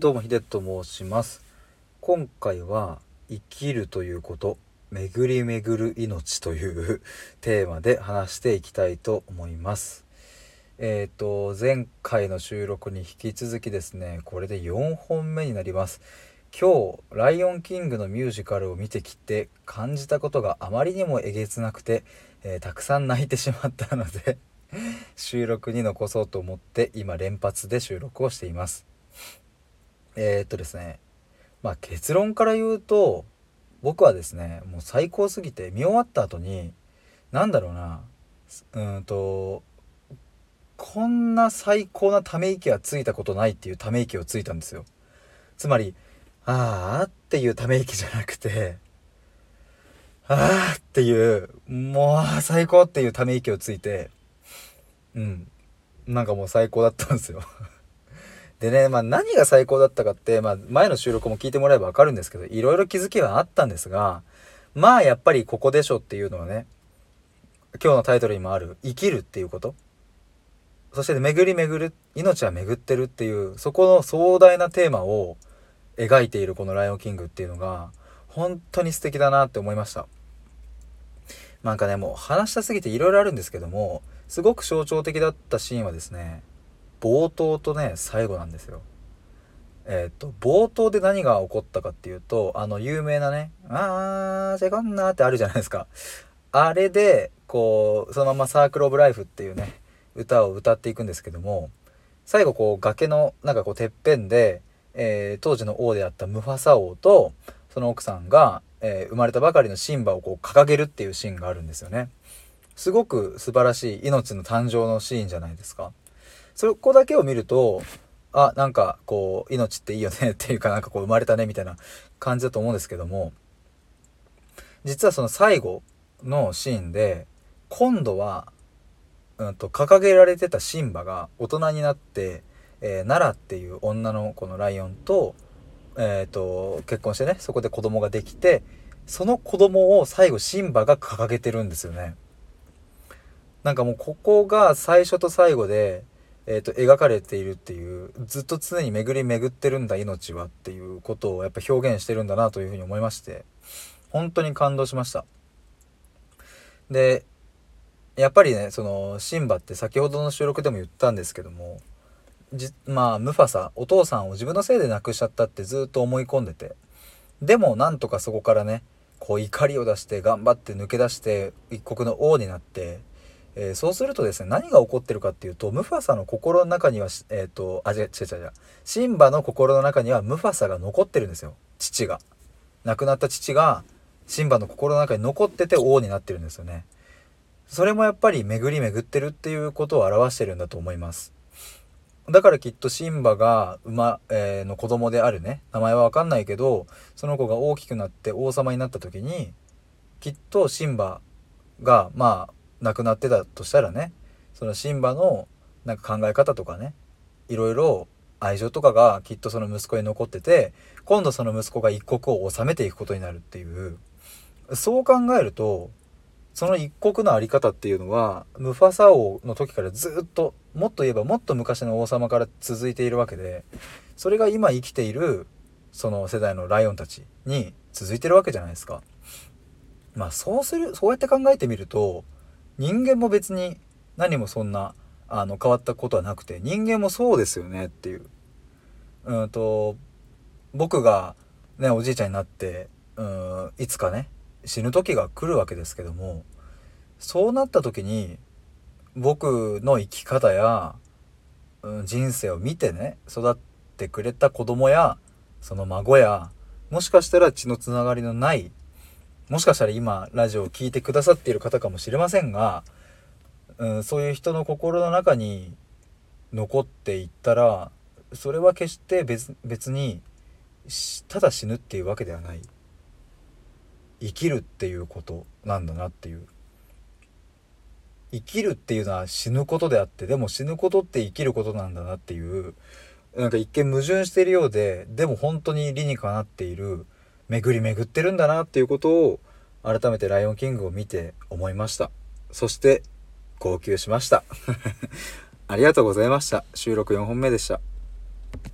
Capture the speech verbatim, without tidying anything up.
どうもヒデと申します。今回は生きるということ、巡り巡る命というテーマで話していきたいと思います。えっと前回の収録に引き続きですね、これでよんほんめになります。今日ライオンキングのミュージカルを見てきて感じたことがあまりにもえげつなくて、えーたくさん泣いてしまったので収録に残そうと思って今連発で収録をしています。えーっとですねまあ結論から言うと、僕はですねもう最高すぎて、見終わった後になんだろうな、うーんとこんな最高なため息はついたことないっていうため息をついたんですよ。つまりあーっていうため息じゃなくて、あーっていうもう最高っていうため息をついて、うんなんかもう最高だったんですよ。でね、まあ何が最高だったかって、まあ前の収録も聞いてもらえばわかるんですけど、いろいろ気づきはあったんですが、まあやっぱりここでしょっていうのはね、今日のタイトルにもある生きるっていうこと。そして巡り巡る、命は巡ってるっていう、そこの壮大なテーマを描いているこのライオンキングっていうのが、本当に素敵だなって思いました。なんかね、もう話したすぎていろいろあるんですけども、すごく象徴的だったシーンはですね、冒頭とね、最後なんですよ。えっと冒頭で何が起こったかっていうと、あの有名なね「あーセコンナー」ってあるじゃないですか。あれでこうそのまま「サークル・オブ・ライフ」っていうね歌を歌っていくんですけども、最後こう崖のなんかこうてっぺんで、えー当時の王であったムファサ王とその奥さんが、えー生まれたばかりのシンバをこう掲げるっていうシーンがあるんですよね。すごく素晴らしい命の誕生のシーンじゃないですか。そこだけを見ると、あ、なんかこう命っていいよねっていうか、なんかこう生まれたねみたいな感じだと思うんですけども、実はその最後のシーンで今度は、うんと掲げられてたシンバが大人になって、えー、ナラっていう女の子のライオンと、えー、と結婚してね、そこで子供ができて、その子供を最後シンバが掲げてるんですよね。なんかもうここが最初と最後で、えー、と描かれているっていう、ずっと常に巡り巡ってるんだ命はっていうことをやっぱ表現してるんだなというふうに思いまして、本当に感動しました。でやっぱりね、そのシンバって先ほどの収録でも言ったんですけども、じまあムファサお父さんを自分のせいで亡くしちゃったってずっと思い込んでて、でもなんとかそこからねこう怒りを出して頑張って抜け出して一国の王になって、えーそうするとですね、何が起こってるかっていうと、ムファサの心の中にはえっ、とあ違う違う違う違うシンバの心の中にはムファサが残ってるんですよ。父が亡くなった父がシンバの心の中に残ってて王になってるんですよね。それもやっぱり巡り巡ってるっていうことを表してるんだと思います。だからきっとシンバが馬、えーの子供であるね、名前はわかんないけど、その子が大きくなって王様になった時に、きっとシンバがまあ亡くなってたとしたらね、そのシンバのなんか考え方とかね、いろいろ愛情とかがきっとその息子に残ってて、今度その息子が一国を治めていくことになるっていう、そう考えると、その一国のあり方っていうのはムファサ王の時からずっと、もっと言えばもっと昔の王様から続いているわけで、それが今生きているその世代のライオンたちに続いてるわけじゃないですか。まあそうするそうやって考えてみると、人間も別に何もそんなあの変わったことはなくて、人間もそうですよねっていう、うんと僕がねおじいちゃんになって、うんいつかね死ぬ時が来るわけですけども、そうなった時に僕の生き方や、うん、人生を見てね育ってくれた子供やその孫や、もしかしたら血のつながりのない、もしかしたら今ラジオを聴いてくださっている方かもしれませんが、うん、そういう人の心の中に残っていったら、それは決して別、別にただ死ぬっていうわけではない、生きるっていうことなんだなっていう。生きるっていうのは死ぬことであって、でも死ぬことって生きることなんだなっていう、なんか一見矛盾しているようで、でも本当に理にかなっている、巡り巡ってるんだなっていうことを改めてライオンキングを見て思いました。そして号泣しました。ありがとうございました。収録よんほんめでした。